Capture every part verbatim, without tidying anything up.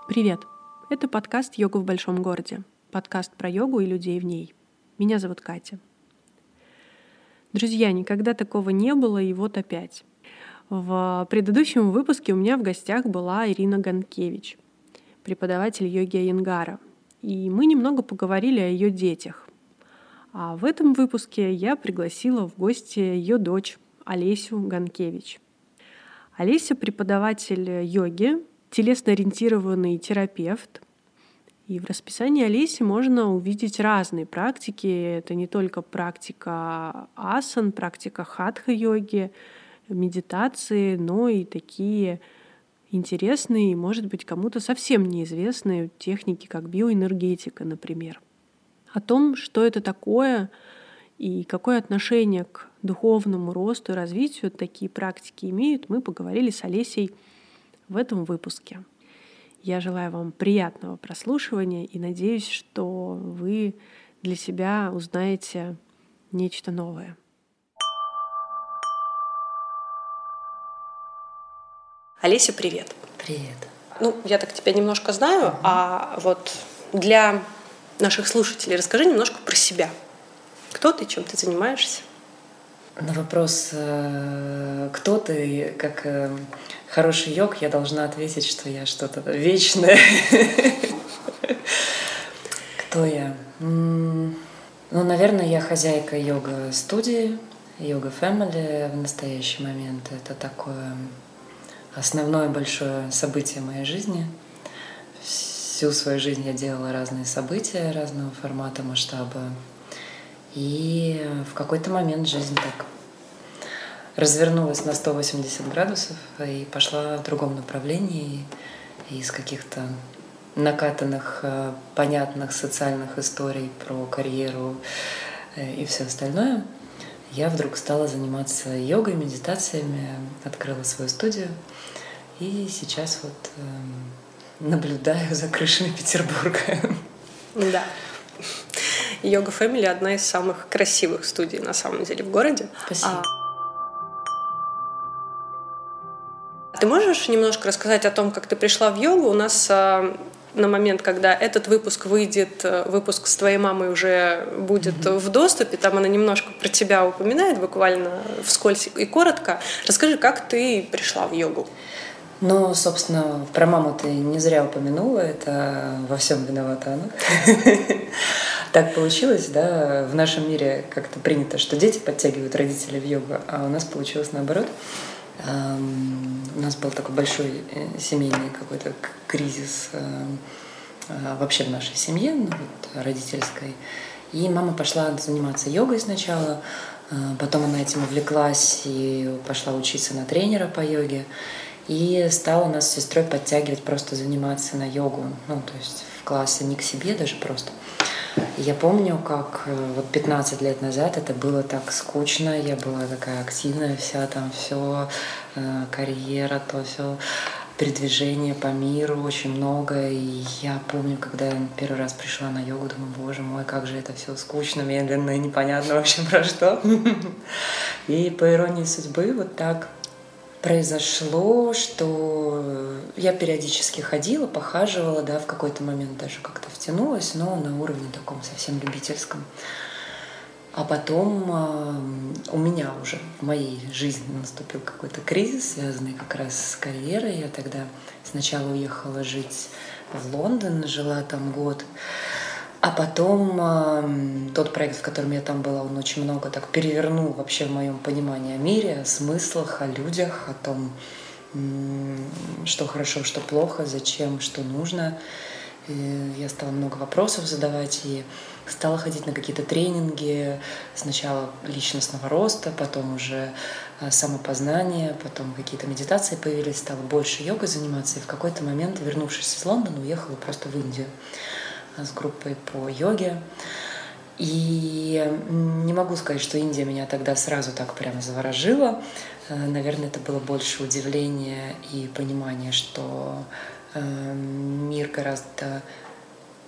Привет! Это подкаст «Йога в большом городе». Подкаст про йогу и людей в ней. Меня зовут Катя. Друзья, никогда такого не было, и вот опять. В предыдущем выпуске у меня в гостях была Ирина Ганкевич, преподаватель йоги Айенгара. И мы немного поговорили о ее детях. А в этом выпуске я пригласила в гости ее дочь Олесю Ганкевич. Олеся — преподаватель йоги, телесно-ориентированный терапевт. И в расписании Олеси можно увидеть разные практики. Это не только практика асан, практика хатха-йоги, медитации, но и такие интересные, может быть, кому-то совсем неизвестные техники, как биоэнергетика, например. О том, что это такое и какое отношение к духовному росту и развитию такие практики имеют, мы поговорили с Олесей в этом выпуске. Я желаю вам приятного прослушивания и надеюсь, что вы для себя узнаете нечто новое. Олеся, привет. Привет. Ну, я так тебя немножко знаю, uh-huh. а вот для наших слушателей расскажи немножко про себя. Кто ты, чем ты занимаешься? На вопрос, кто ты, как хороший йог, я должна ответить, что я что-то вечное. Кто я? Ну, наверное, я хозяйка йога-студии, Yoga Family в настоящий момент. Это такое основное большое событие моей жизни. Всю свою жизнь я делала разные события разного формата, масштаба. И в какой-то момент жизнь так развернулась на сто восемьдесят градусов и пошла в другом направлении. И из каких-то накатанных, понятных социальных историй про карьеру и все остальное я вдруг стала заниматься йогой, медитациями, открыла свою студию. И сейчас вот наблюдаю за крышами Петербурга. Да. Yoga Family — одна из самых красивых студий, на самом деле, в городе. Спасибо. А ты можешь немножко рассказать о том, как ты пришла в йогу? У нас а, на момент, когда этот выпуск выйдет, выпуск с твоей мамой уже будет mm-hmm. в доступе, там она немножко про тебя упоминает, буквально вскользь и коротко. Расскажи, как ты пришла в йогу? Ну, собственно, про маму ты не зря упомянула, это во всем виновата она. Так получилось, да, в нашем мире как-то принято, что дети подтягивают родителей в йогу, а у нас получилось наоборот. У нас был такой большой семейный какой-то кризис вообще в нашей семье, ну, вот, родительской. И мама пошла заниматься йогой сначала, потом она этим увлеклась и пошла учиться на тренера по йоге. И стала нас с сестрой подтягивать, просто заниматься на йогу, ну, то есть в классе, не к себе даже просто. И я помню, как вот пятнадцать лет назад это было так скучно, я была такая активная вся, там все, карьера, то все, передвижение по миру, очень много. И я помню, когда я первый раз пришла на йогу, думаю, боже мой, как же это все скучно, медленно и непонятно вообще про что. И по иронии судьбы вот так произошло, что я периодически ходила, похаживала, да, в какой-то момент даже как-то втянулась, но на уровне таком совсем любительском. А потом э, у меня уже в моей жизни наступил какой-то кризис, связанный как раз с карьерой. Я тогда сначала уехала жить в Лондон, жила там год. А потом э, тот проект, в котором я там была, он очень много так перевернул вообще в моем понимании о мире, о смыслах, о людях, о том, э, что хорошо, что плохо, зачем, что нужно. И я стала много вопросов задавать и стала ходить на какие-то тренинги, сначала личностного роста, потом уже самопознание, потом какие-то медитации появились, стала больше йогой заниматься. И в какой-то момент, вернувшись из Лондона, уехала просто в Индию с группой по йоге. И не могу сказать, что Индия меня тогда сразу так прямо заворожила. Наверное, это было больше удивление и понимание, что мир гораздо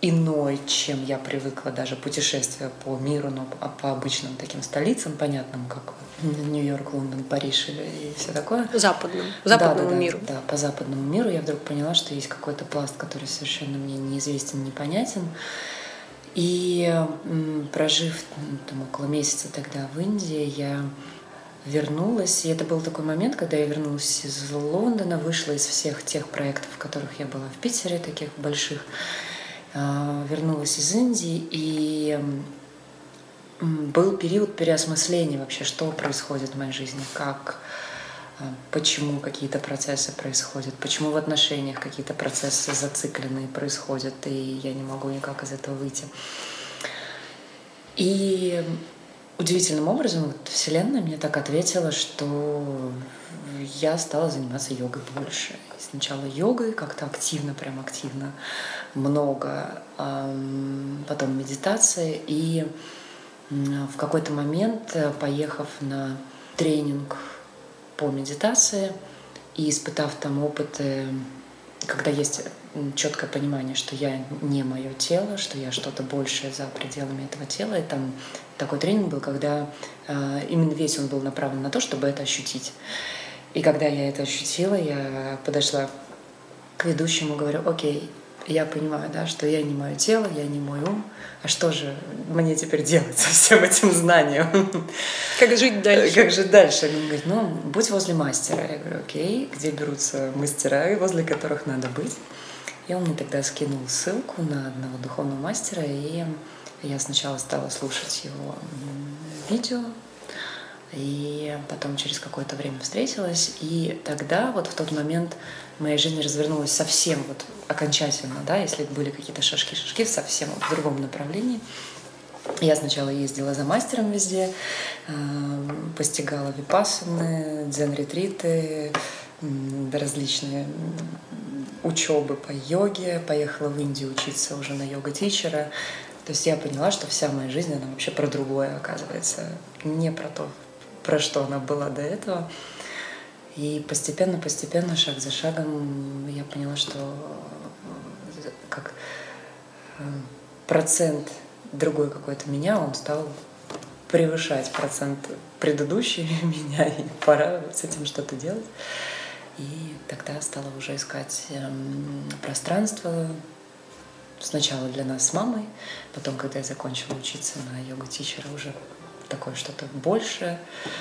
иной, чем я привыкла, даже путешествия по миру, но по обычным таким столицам, понятным, как Нью-Йорк, Лондон, Париж и все такое. Западному, западному да, да, миру. Да, да, по западному миру я вдруг поняла, что есть какой-то пласт, который совершенно мне неизвестен, непонятен. И прожив там, около месяца тогда в Индии, я вернулась. И это был такой момент, когда я вернулась из Лондона, вышла из всех тех проектов, в которых я была в Питере, таких больших, вернулась из Индии, и был период переосмысления вообще, что происходит в моей жизни, как, почему какие-то процессы происходят, почему в отношениях какие-то процессы зацикленные происходят, и я не могу никак из этого выйти. И удивительным образом вот Вселенная мне так ответила, что я стала заниматься йогой больше. Сначала йогой, как-то активно, прям активно, много, потом медитацией. И в какой-то момент, поехав на тренинг по медитации и испытав там опыты, когда есть четкое понимание, что я не мое тело, что я что-то большее за пределами этого тела. И там такой тренинг был, когда именно весь он был направлен на то, чтобы это ощутить. И когда я это ощутила, я подошла к ведущему, говорю: окей, я понимаю, да, что я не мое тело, я не мой ум. А что же мне теперь делать со всем этим знанием? Как жить дальше? Как жить дальше? Он говорит: ну, будь возле мастера. Я говорю: окей, где берутся мастера, возле которых надо быть? И он мне тогда скинул ссылку на одного духовного мастера, и я сначала стала слушать его видео, и потом через какое-то время встретилась, и тогда вот в тот момент моя жизнь развернулась совсем вот окончательно, да, если были какие-то шажки-шажки, совсем вот в другом направлении. Я сначала ездила за мастером везде, постигала випассаны, дзен-ретриты, различные учебы по йоге, поехала в Индию учиться уже на йога-тичера. То есть я поняла, что вся моя жизнь, она вообще про другое, оказывается, не про то, про что она была до этого. И постепенно-постепенно, шаг за шагом, я поняла, что как процент другой какой-то меня, он стал превышать процент предыдущей меня, и пора с этим что-то делать. И тогда стала уже искать пространство, сначала для нас с мамой, потом, когда я закончила учиться на йога-тичера, уже такое что-то большее.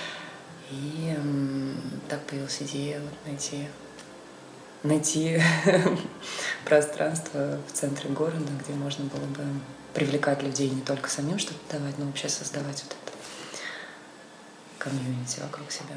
И так появилась идея вот найти, найти пространство в центре города, где можно было бы привлекать людей не только самим что-то давать, но вообще создавать вот это комьюнити вокруг себя.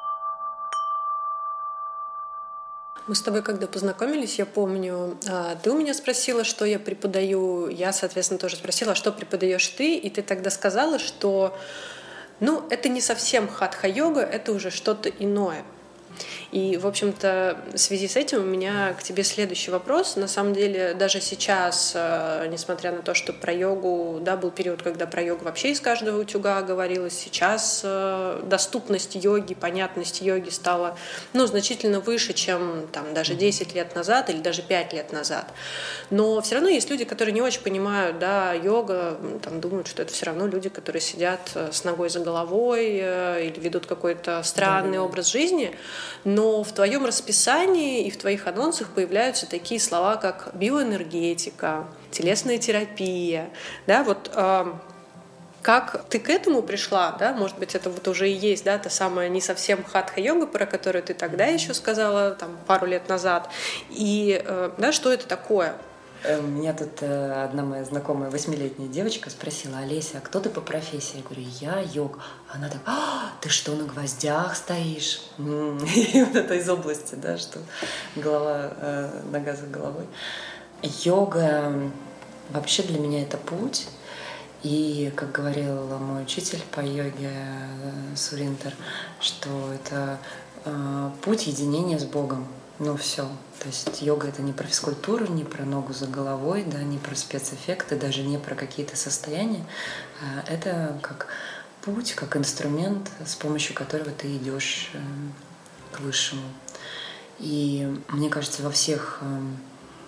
Мы с тобой когда познакомились, я помню, ты у меня спросила, что я преподаю, я, соответственно, тоже спросила, что преподаешь ты, и ты тогда сказала, что ну, это не совсем хатха-йога, это уже что-то иное. И, в общем-то, в связи с этим у меня к тебе следующий вопрос. На самом деле, даже сейчас, несмотря на то, что про йогу, да, был период, когда про йогу вообще из каждого утюга говорилось, сейчас доступность йоги, понятность йоги стала, ну, значительно выше, чем там даже десять лет назад или даже пять лет назад. Но все равно есть люди, которые не очень понимают, да, йога, там думают, что это все равно люди, которые сидят с ногой за головой или ведут какой-то странный да, образ жизни. Но в твоем расписании и в твоих анонсах появляются такие слова, как биоэнергетика, телесная терапия. Да, вот, э, как ты к этому пришла? Да? Может быть, это вот уже и есть, да, та самая не совсем хатха-йога, про которую ты тогда еще сказала, там, пару лет назад. И э, да, что это такое? Меня тут одна моя знакомая восьмилетняя девочка спросила: Олеся, а кто ты по профессии? Я говорю: я йог. Она так: а, ты что, на гвоздях стоишь? И вот это из области, да, что голова, нога за головой. Йога вообще для меня это путь. И, как говорил мой учитель по йоге Суриндер, что это путь единения с Богом. Ну все. То есть йога — это не про физкультуру, не про ногу за головой, да, не про спецэффекты, даже не про какие-то состояния. Это как путь, как инструмент, с помощью которого ты идешь к высшему. И мне кажется, во всех,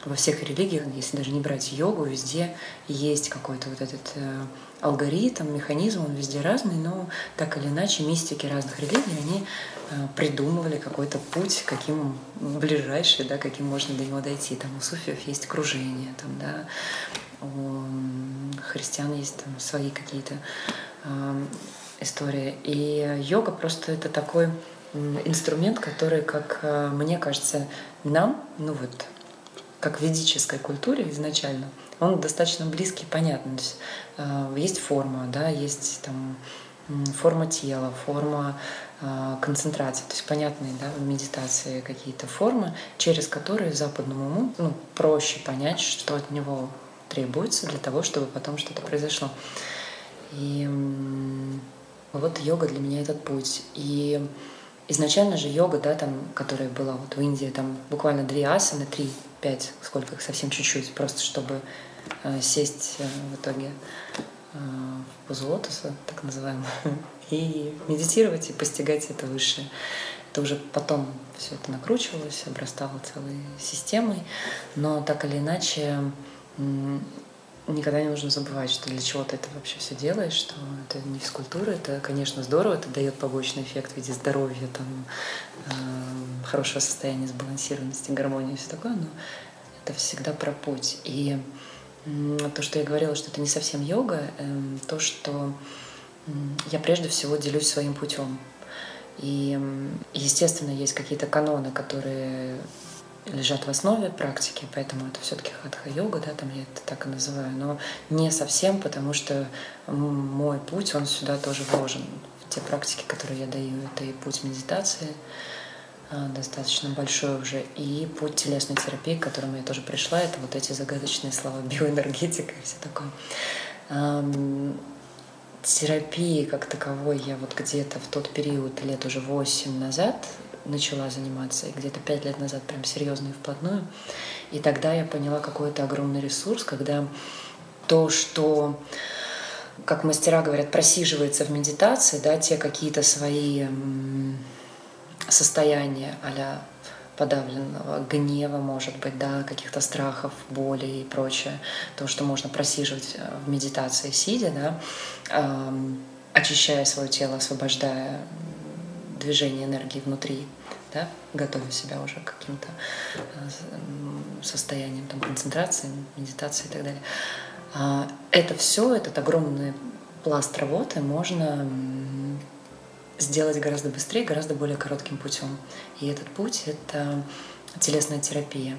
во всех религиях, если даже не брать йогу, везде есть какой-то вот этот э, алгоритм, механизм, он везде разный, но так или иначе мистики разных религий, они э, придумывали какой-то путь, каким ближайший, да, каким можно до него дойти. Там у суфиев есть кружение, там, да, у христиан есть там свои какие-то э, истории. И йога просто это такой инструмент, который, как мне кажется, нам, ну вот, как в ведической культуре изначально, он достаточно близкий и понятный. То есть, э, есть форма, да, есть там форма тела, форма э, концентрации, то есть понятные, да, в медитации какие-то формы, через которые западному уму, ну, проще понять, что от него требуется для того, чтобы потом что-то произошло. И э, вот йога для меня этот путь. И изначально же йога, да, там, которая была вот в Индии, там буквально две асаны, три, пять, сколько их, совсем чуть-чуть, просто чтобы э, сесть э, в итоге э, в позу лотоса, так называемую, и медитировать, и постигать это высшее. Это уже потом все это накручивалось, обрастало целой системой, но так или иначе никогда не нужно забывать, что для чего ты это вообще все делаешь, что это не физкультура, это, конечно, здорово, это дает побочный эффект в виде здоровья, там, э, хорошего состояния, сбалансированности, гармонии и все такое, но это всегда про путь. И э, то, что я говорила, что это не совсем йога, э, то, что э, я прежде всего делюсь своим путем. И, естественно, есть какие-то каноны, которые лежат в основе практики, поэтому это все-таки хатха-йога, да, там я это так и называю, но не совсем, потому что мой путь, он сюда тоже вложен. В те практики, которые я даю, это и путь медитации, достаточно большой уже, и путь телесной терапии, к которому я тоже пришла, это вот эти загадочные слова биоэнергетика и все такое. Терапии как таковой я вот где-то в тот период, лет уже восемь назад, начала заниматься, и где-то пять лет назад прям серьезно и вплотную. И тогда я поняла, какой это огромный ресурс, когда то, что, как мастера говорят, просиживается в медитации, да, те какие-то свои состояния а-ля подавленного гнева, может быть, да, каких-то страхов, боли и прочее, то, что можно просиживать в медитации, сидя, да, эм, очищая свое тело, освобождая движение энергии внутри, да, готовя себя уже к каким-то состояниям там, концентрации, медитации и так далее. Это все, этот огромный пласт работы можно сделать гораздо быстрее, гораздо более коротким путем. И этот путь — это телесная терапия.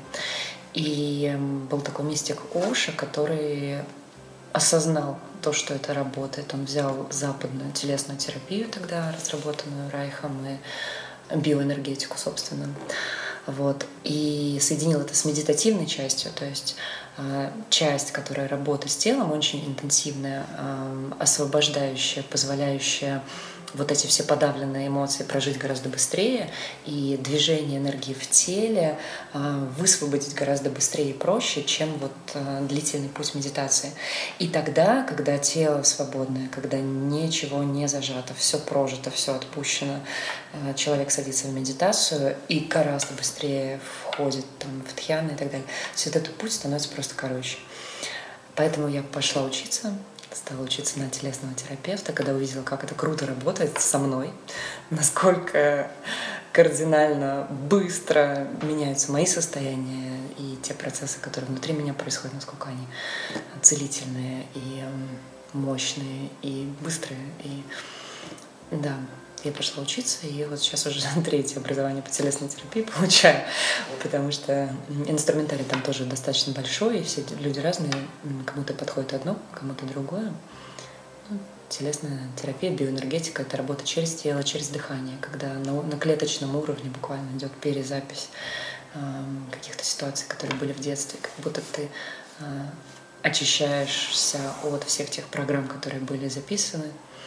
И был такой мистик Оша, который осознал то, что это работает. Он взял западную телесную терапию тогда, разработанную Райхом, и биоэнергетику, собственно. Вот. И соединил это с медитативной частью, то есть э, часть, которая работает с телом, очень интенсивная, э, освобождающая, позволяющая вот эти все подавленные эмоции прожить гораздо быстрее, и движение энергии в теле э, высвободить гораздо быстрее и проще, чем вот э, длительный путь медитации. И тогда, когда тело свободное, когда ничего не зажато, все прожито, все отпущено, э, человек садится в медитацию и гораздо быстрее входит там, в дхьяны и так далее. Все этот путь становится просто короче. Поэтому я пошла учиться, стала учиться на телесного терапевта, когда увидела, как это круто работает со мной, насколько кардинально быстро меняются мои состояния и те процессы, которые внутри меня происходят, насколько они целительные и мощные и быстрые. И да, я пошла учиться, и вот сейчас уже третье образование по телесной терапии получаю, потому что инструментарий там тоже достаточно большой, и все люди разные, кому-то подходит одно, кому-то другое. Телесная терапия, биоэнергетика — это работа через тело, через дыхание, когда на, на клеточном уровне буквально идет перезапись э, каких-то ситуаций, которые были в детстве, как будто ты э, очищаешься от всех тех программ, которые были записаны,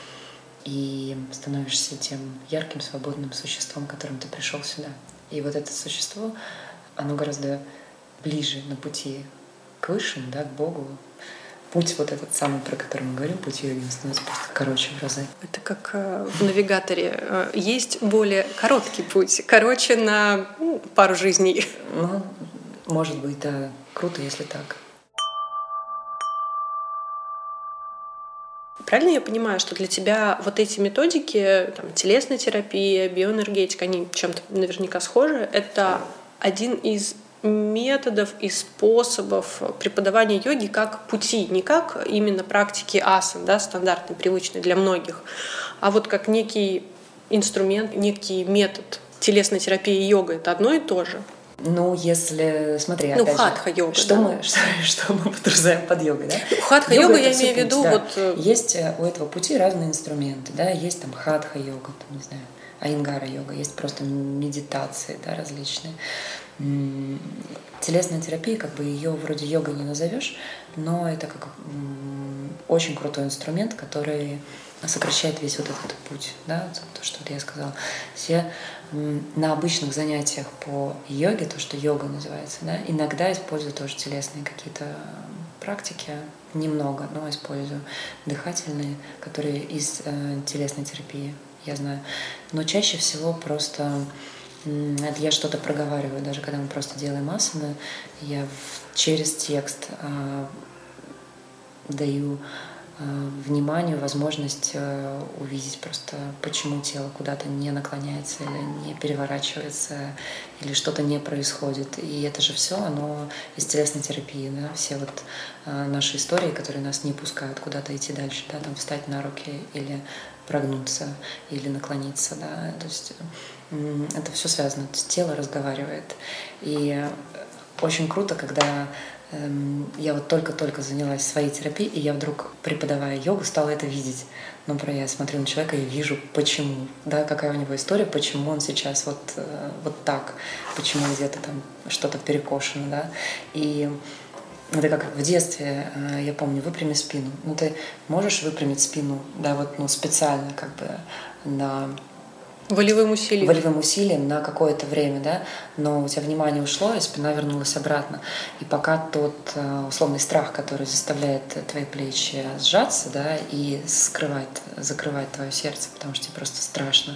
и становишься тем ярким, свободным существом, которым ты пришел сюда. И вот это существо, оно гораздо ближе на пути к высшему, да, к Богу. Путь вот этот самый, про который мы говорим, путь йоги, становится просто короче в разы. Это как э, в навигаторе. Есть более короткий путь, короче на ну, пару жизней. Ну, может быть, да, круто, если так. Правильно я понимаю, что для тебя вот эти методики, там, телесная терапия, биоэнергетика, они чем-то наверняка схожи, это один из методов и способов преподавания йоги как пути, не как именно практики асан, да, стандартный, привычный для многих, а вот как некий инструмент, некий метод. Телесная терапия и йога — это одно и то же? Ну, если, смотри, ну, опять хатха-йога, что, да. мы, что, что мы подразумеваем под йогой, да? Ну, хатха-йога, я имею в виду, да. вот... Есть у этого пути разные инструменты, да, есть там хатха-йога, там, не знаю, аянгара-йога, есть просто медитации, да, различные. Телесная терапия, как бы ее вроде йогой не назовешь, но это как очень крутой инструмент, который сокращает весь вот этот путь, да, то, что вот я сказала. Все на обычных занятиях по йоге, то, что йога называется, да, иногда использую тоже телесные какие-то практики, немного, но использую дыхательные, которые из э, телесной терапии, я знаю. Но чаще всего просто это я что-то проговариваю, даже когда мы просто делаем асаны, я через текст э, даю вниманию, возможность увидеть просто, почему тело куда-то не наклоняется или не переворачивается, или что-то не происходит. И это же все, оно из телесной терапии, да, все вот наши истории, которые нас не пускают куда-то идти дальше, да, там встать на руки или прогнуться, или наклониться, да, то есть это все связано, то есть тело разговаривает. И очень круто, когда я вот только-только занялась своей терапией, и я вдруг, преподавая йогу, стала это видеть. Ну, про я смотрю на человека и вижу, почему, да, какая у него история, почему он сейчас вот, вот так, почему где-то там что-то перекошено, да. И это как в детстве, я помню, выпрями спину. Ну, ты можешь выпрямить спину, да, вот, ну, специально как бы на... Волевым усилием. Волевым усилием на какое-то время, да, но у тебя внимание ушло, и спина вернулась обратно. И пока тот условный страх, который заставляет твои плечи сжаться, да, и скрывает, закрывает твое сердце, потому что тебе просто страшно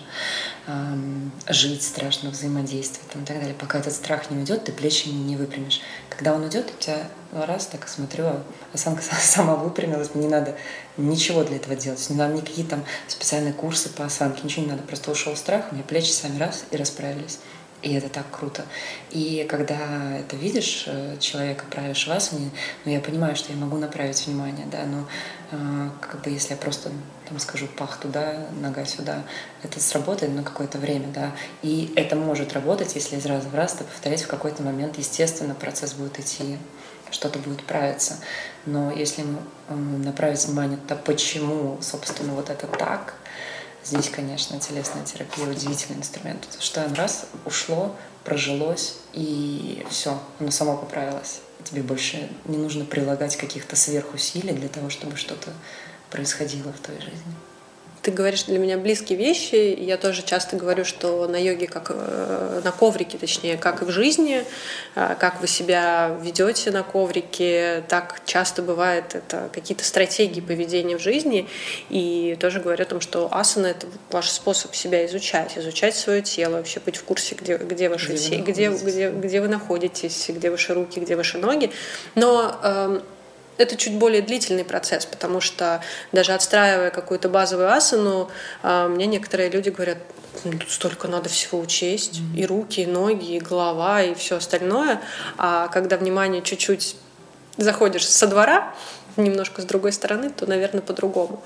эм, жить, страшно взаимодействовать там, и так далее. Пока этот страх не уйдет, ты плечи не выпрямишь. Когда он уйдет, у тебя раз так смотрю, осанка сама выпрямилась, мне не надо ничего для этого делать, не надо никакие там специальные курсы по осанке, ничего не надо, просто ушел страх, у меня плечи сами раз и расправились. И это так круто. И когда это видишь, человека правишь в асане, ну, я понимаю, что я могу направить внимание, да, но э, как бы если я просто там скажу пах туда, нога сюда, это сработает на какое-то время, да, и это может работать, если из раза в раз это повторять в какой-то момент, естественно, процесс будет идти, что-то будет правиться. Но если направить внимание на то, почему, собственно, вот это так, здесь, конечно, телесная терапия — удивительный инструмент, потому что он раз ушло, прожилось, и все, оно само поправилось. Тебе больше не нужно прилагать каких-то сверхусилий для того, чтобы что-то происходило в твоей жизни. Ты говоришь для меня близкие вещи. Я тоже часто говорю, что на йоге, как на коврике, точнее, как и в жизни, как вы себя ведете на коврике, так часто бывает это какие-то стратегии поведения в жизни. И тоже говорю о том, что асана — это ваш способ себя изучать, изучать свое тело, вообще быть в курсе, где, где, ваши, где, где, где, где вы находитесь, где ваши руки, где ваши ноги. Но э, это чуть более длительный процесс, потому что даже отстраивая какую-то базовую асану, мне некоторые люди говорят, ну, тут столько надо всего учесть, mm-hmm. и руки, и ноги, и голова, и все остальное. А когда внимание чуть-чуть заходишь со двора, немножко с другой стороны, то, наверное, по-другому.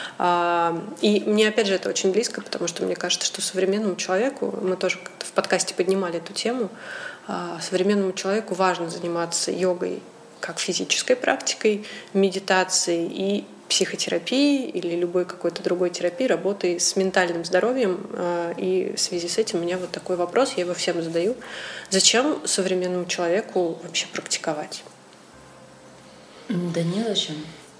И мне, опять же, это очень близко, потому что мне кажется, что современному человеку, мы тоже как-то в подкасте поднимали эту тему, современному человеку важно заниматься йогой как физической практикой, медитацией и психотерапией или любой какой-то другой терапией, работой с ментальным здоровьем. И в связи с этим у меня вот такой вопрос, я его всем задаю. Зачем современному человеку вообще практиковать? Да незачем.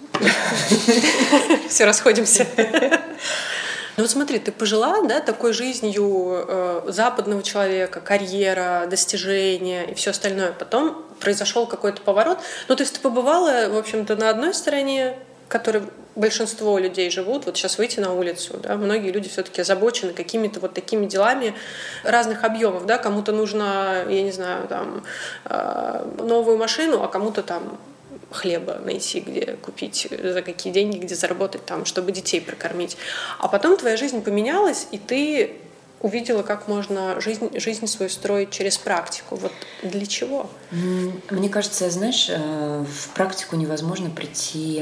Все, расходимся. Ну вот смотри, ты пожила, да, такой жизнью э, западного человека, карьера, достижения и все остальное. Потом произошел какой-то поворот. Ну, то есть ты побывала, в общем-то, на одной стороне в которой большинство людей живут, вот сейчас выйти на улицу, да, многие люди все-таки озабочены какими-то вот такими делами разных объемов, да, кому-то нужно, я не знаю, там, новую машину, а кому-то там хлеба найти, где купить, за какие деньги, где заработать, там, чтобы детей прокормить. А потом твоя жизнь поменялась, и ты увидела, как можно жизнь, жизнь свою строить через практику. Вот для чего? Мне кажется, знаешь, в практику невозможно прийти...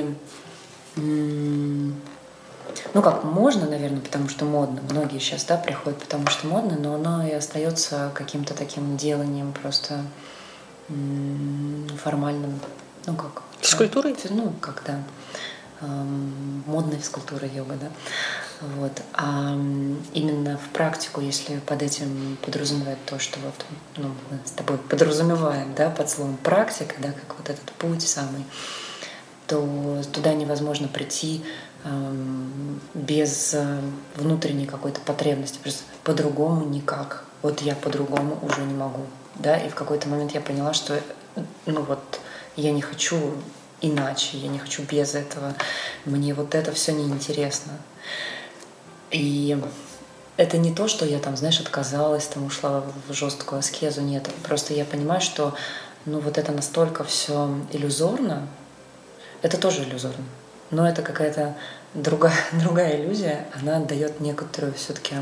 Ну как, можно, наверное, потому что модно. Многие сейчас, да, приходят, потому что модно, но оно и остается каким-то таким деланием просто формальным. Ну как? Физкультурой? Ну, как, да. Модная физкультура, йога, да. Вот. А именно в практику, если под этим подразумевать то, что вот, ну, мы с тобой подразумеваем, да, под словом практика, да, как вот этот путь самый, то туда невозможно прийти эм, без э, внутренней какой-то потребности. Просто по-другому никак. Вот я по-другому уже не могу. Да? И в какой-то момент я поняла, что ну вот я не хочу иначе, я не хочу без этого. Мне вот это все неинтересно. И это не то, что я там, знаешь, отказалась, там ушла в жесткую аскезу. Нет, просто я понимаю, что ну вот это настолько все иллюзорно. Это тоже иллюзорно, но это какая-то другая, другая иллюзия. Она дает некоторую все-таки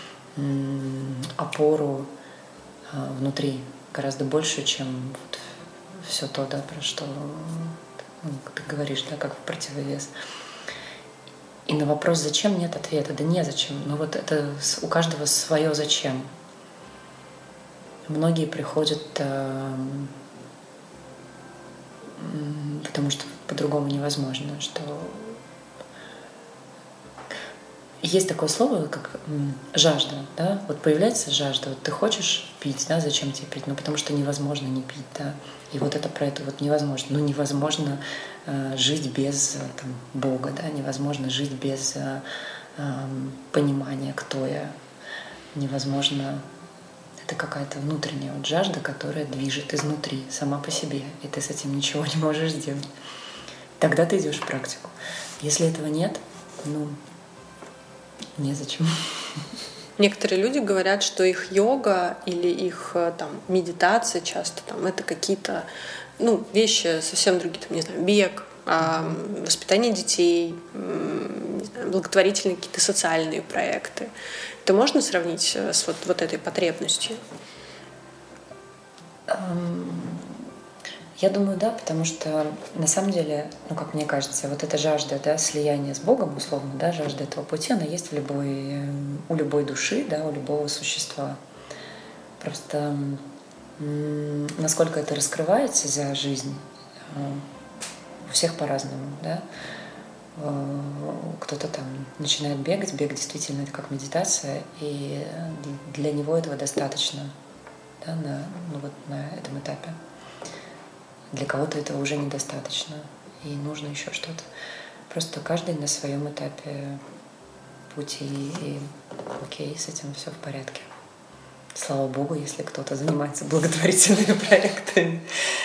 опору внутри, гораздо больше, чем вот все то, да, про что ну, ты говоришь, да, как в противовес. И на вопрос «зачем?» нет ответа. Да незачем. Но вот это у каждого свое «зачем». Многие приходят, потому что по-другому невозможно, что есть такое слово, как жажда, да, вот появляется жажда, вот ты хочешь пить, да, зачем тебе пить, ну потому что невозможно не пить, да, и вот это про это вот невозможно, ну невозможно э, жить без там, Бога, да, невозможно жить без э, э, понимания, кто я, невозможно. Это какая-то внутренняя вот жажда, которая движет изнутри, сама по себе, и ты с этим ничего не можешь сделать. Тогда ты идешь в практику. Если этого нет, ну, незачем. Некоторые люди говорят, что их йога или их там, медитация часто там, это какие-то ну, вещи совсем другие, там, не знаю, бег, mm-hmm. воспитание детей, не знаю, благотворительные какие-то социальные проекты. Это можно сравнить с вот, вот этой потребностью? Я думаю, да, потому что на самом деле, ну, как мне кажется, вот эта жажда, да, слияния с Богом, условно, да, жажда этого пути, она есть в любой, у любой души, да, у любого существа. Просто м- насколько это раскрывается за жизнь, у всех по-разному, да. Кто-то там начинает бегать, бег действительно это как медитация, и для него этого достаточно, да, на, ну, вот на этом этапе. Для кого-то этого уже недостаточно, и нужно еще что-то. Просто каждый на своем этапе пути, и окей, с этим все в порядке. Слава Богу, если кто-то занимается благотворительными проектами.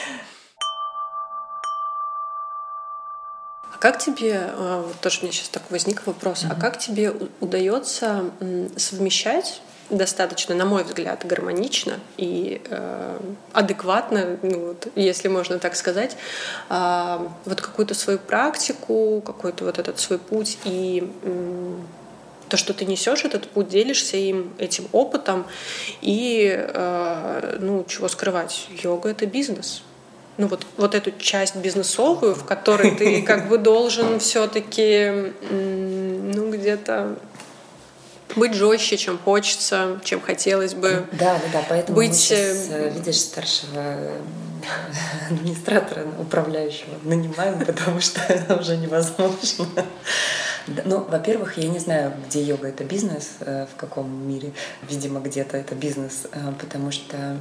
А как тебе, вот тоже у меня сейчас такой возник вопрос, mm-hmm. а как тебе удается совмещать достаточно, на мой взгляд, гармонично и э, адекватно, ну, вот, если можно так сказать, э, вот какую-то свою практику, какой-то вот этот свой путь и э, то, что ты несешь этот путь, делишься им, этим опытом и, э, ну, чего скрывать, йога — это бизнес. Ну вот, вот эту часть бизнесовую, в которой ты как бы должен все-таки, ну, где-то быть жестче, чем хочется, чем хотелось бы. Да, да, да. Поэтому быть... мы сейчас, видишь, старшего администратора, управляющего нанимаем, потому что это уже невозможно. Ну, во-первых, я не знаю, где йога — это бизнес, в каком мире. Видимо, где-то это бизнес, потому что...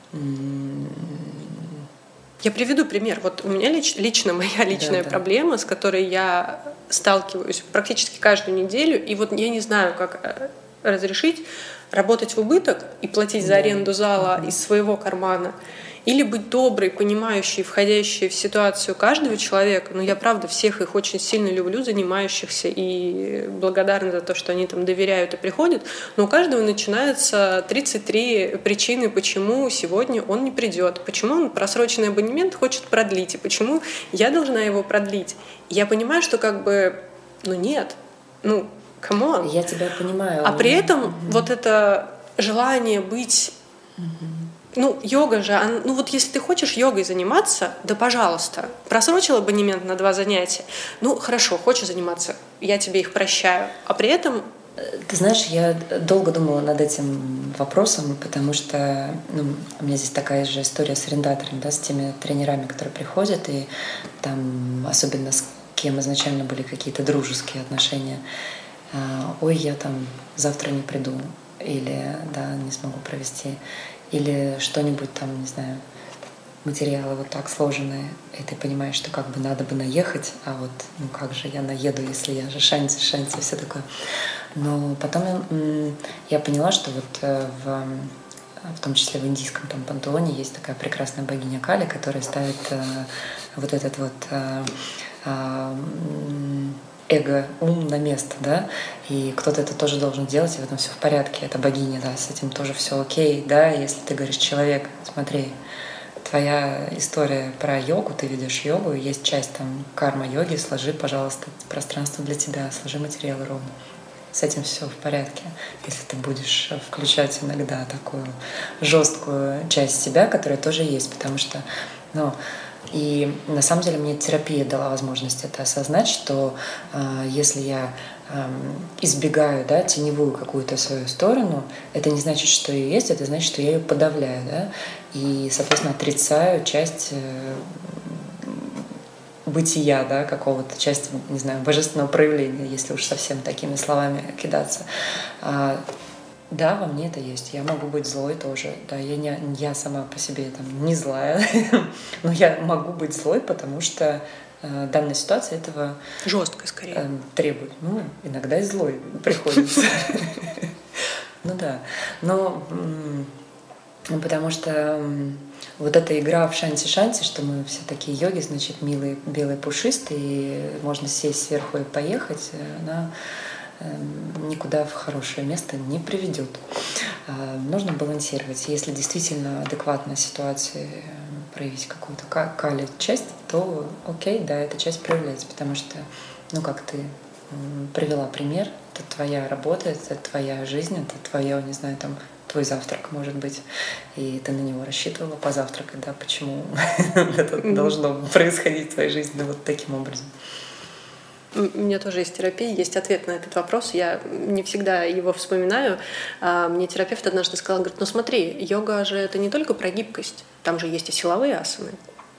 Я приведу пример. Вот у меня лич, лично моя личная да, проблема, да. с которой я сталкиваюсь практически каждую неделю, и вот я не знаю, как разрешить работать в убыток и платить за аренду зала uh-huh. из своего кармана, или быть доброй, понимающей, входящей в ситуацию каждого человека. Но я, правда, всех их очень сильно люблю, занимающихся, и благодарна за то, что они там доверяют и приходят. Но у каждого начинаются тридцать три причины, почему сегодня он не придет, почему он просроченный абонемент хочет продлить, и почему я должна его продлить. И я понимаю, что как бы, ну нет, ну, камон. Я тебя понимаю. А при этом угу. вот это желание быть... Угу. Ну, йога же, ну вот если ты хочешь йогой заниматься, да пожалуйста, просрочил абонемент на два занятия, ну хорошо, хочешь заниматься, я тебе их прощаю, а при этом... Ты знаешь, я долго думала над этим вопросом, потому что ну, у меня здесь такая же история с арендаторами, да, с теми тренерами, которые приходят, и там особенно с кем изначально были какие-то дружеские отношения. Ой, я там завтра не приду, или да, не смогу провести. Или что-нибудь там, не знаю, материалы вот так сложенные, и ты понимаешь, что как бы надо бы наехать, а вот ну как же я наеду, если я же шанти, шанти, и все такое. Но потом я, я поняла, что вот в, в том числе в индийском там пантеоне есть такая прекрасная богиня Кали, которая ставит вот этот вот эго, ум на место, да, и кто-то это тоже должен делать, и в этом все в порядке, это богиня, да, с этим тоже все окей, да, если ты говоришь, человек, смотри, твоя история про йогу, ты ведешь йогу, есть часть там карма-йоги, сложи, пожалуйста, пространство для тебя, сложи материалы ровно. С этим все в порядке. Если ты будешь включать иногда такую жесткую часть себя, которая тоже есть, потому что, ну, и на самом деле мне терапия дала возможность это осознать, что э, если я э, избегаю, да, теневую какую-то свою сторону, это не значит, что ее есть, это значит, что я ее подавляю, да, и, соответственно, отрицаю часть э, бытия, да, какого-то, часть, не знаю, божественного проявления, если уж совсем такими словами кидаться. А, да, во мне это есть. Я могу быть злой тоже. Да, я, не, я сама по себе там не злая, но я могу быть злой, потому что э, данная ситуация этого жестко скорее э, требует. Ну, иногда и злой приходится. Ну да. Но потому что вот эта игра в шанти-шанти, что мы все такие йоги, значит, милые, белые, пушистые, и можно сесть сверху и поехать, она никуда в хорошее место не приведет. Нужно балансировать. Если действительно адекватная ситуация проявить какую-то кали-часть, то окей, да, эта часть проявляется, потому что, ну, как ты привела пример, это твоя работа, это твоя жизнь, это твое, не знаю, там, твой завтрак, может быть, и ты на него рассчитывала позавтракать, да, почему это должно происходить в твоей жизни вот таким образом. У меня тоже есть терапия, есть ответ на этот вопрос. Я не всегда его вспоминаю. Мне терапевт однажды сказал, говорит, ну смотри, йога же это не только про гибкость, там же есть и силовые асаны.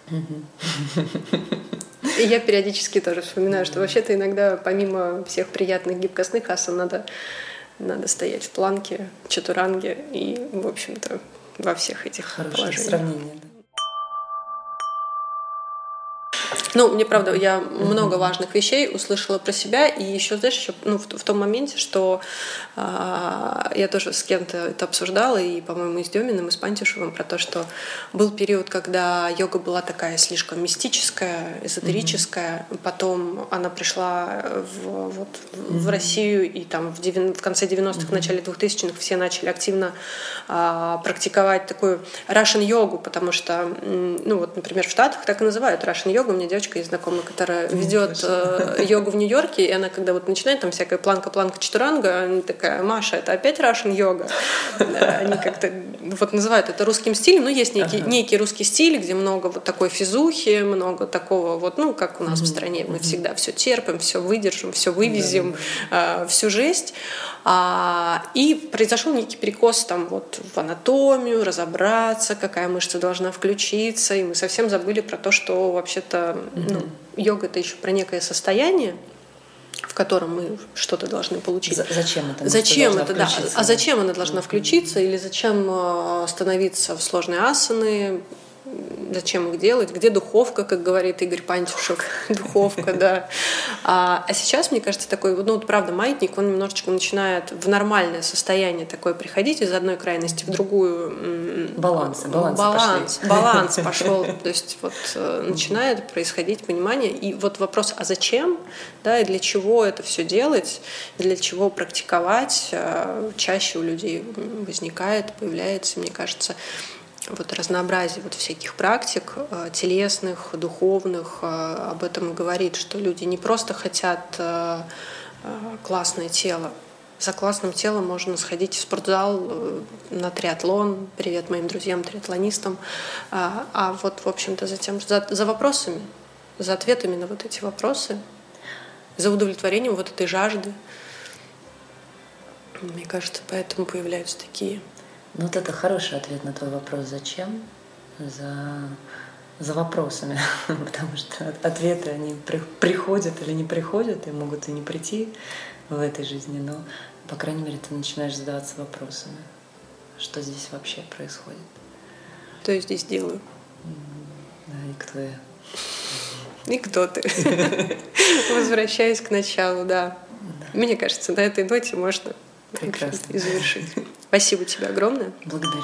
И я периодически тоже вспоминаю, что вообще-то иногда помимо всех приятных гибкостных асан надо, надо стоять в планке, чатуранге и, в общем-то, во всех этих Хорошее положениях. Сравнение, да. Ну, мне правда, я mm-hmm. много важных вещей услышала про себя, и еще, знаешь, еще, ну, в, в том моменте, что а, я тоже с кем-то это обсуждала, и, по-моему, и с Деминым, и с Пантюшевым, про то, что был период, когда йога была такая слишком мистическая, эзотерическая, mm-hmm. потом она пришла в, вот, mm-hmm. в Россию, и там в, девян... в конце девяностых, mm-hmm. в начале двухтысячных все начали активно а, практиковать такую Russian йогу, потому что, ну, вот, например, в Штатах так и называют Russian йогу. У меня девочка есть знакомая, которая ведет э, йогу в Нью-Йорке, и она, когда вот начинает там всякая планка-планка чатуранга, она такая: Маша, это опять Russian йога. Они как-то вот называют это русским стилем, но есть некий, ага. некий русский стиль, где много вот такой физухи, много такого вот, ну, как у нас mm-hmm. в стране, мы mm-hmm. всегда все терпим, все выдержим, все вывезем, mm-hmm. э, всю жесть. А, и произошел некий перекос там вот в анатомию, разобраться, какая мышца должна включиться, и мы совсем забыли про то, что вообще-то mm-hmm. ну, йога — это еще про некое состояние, в котором мы что-то должны получить. Зачем это? Зачем это, да? А зачем она должна включиться, или зачем становиться в сложные асаны? зачем их делать, где духовка, как говорит Игорь Пантюшев, духовка, да. А, а сейчас, мне кажется, такой, ну, вот, правда, маятник, он немножечко начинает в нормальное состояние такое приходить из одной крайности в другую. Баланс, баланс, баланс, пошли. баланс пошел. То есть вот начинает происходить понимание. И вот вопрос, а зачем, да, и для чего это все делать, для чего практиковать, чаще у людей возникает, появляется, мне кажется, вот разнообразие вот всяких практик, телесных, духовных, об этом и говорит, что люди не просто хотят классное тело. За классным телом можно сходить в спортзал, на триатлон, привет моим друзьям-триатлонистам, а вот, в общем-то, за, тем, за, за вопросами, за ответами на вот эти вопросы, за удовлетворением вот этой жажды. Мне кажется, поэтому появляются такие... Ну вот это хороший ответ на твой вопрос «Зачем?» за, за вопросами, потому что ответы, они при, приходят или не приходят, и могут и не прийти в этой жизни, но, по крайней мере, ты начинаешь задаваться вопросами, что здесь вообще происходит. Что я здесь делаю? Да, и кто я? И кто ты? Возвращаясь к началу, да. Мне кажется, на этой ноте можно и завершить. Спасибо тебе огромное. Благодарю.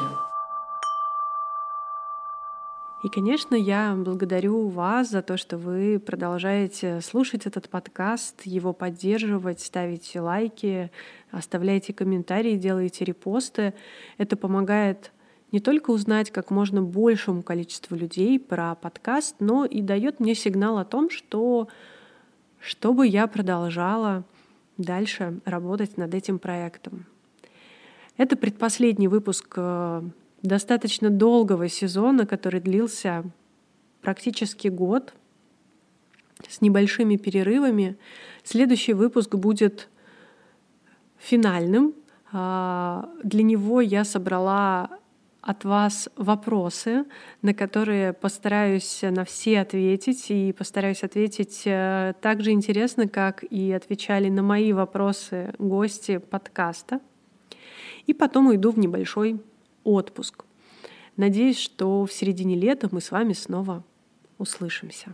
И, конечно, я благодарю вас за то, что вы продолжаете слушать этот подкаст, его поддерживать, ставите лайки, оставляете комментарии, делаете репосты. Это помогает не только узнать как можно большему количеству людей про подкаст, но и дает мне сигнал о том, что чтобы я продолжала дальше работать над этим проектом. Это предпоследний выпуск достаточно долгого сезона, который длился практически год с небольшими перерывами. Следующий выпуск будет финальным. Для него я собрала от вас вопросы, на которые постараюсь на все ответить, и постараюсь ответить так же интересно, как и отвечали на мои вопросы гости подкаста. И потом уйду в небольшой отпуск. Надеюсь, что в середине лета мы с вами снова услышимся.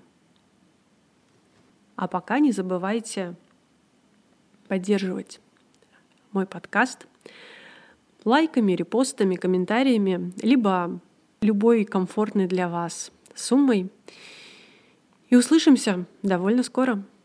А пока не забывайте поддерживать мой подкаст лайками, репостами, комментариями, либо любой комфортной для вас суммой. И услышимся довольно скоро.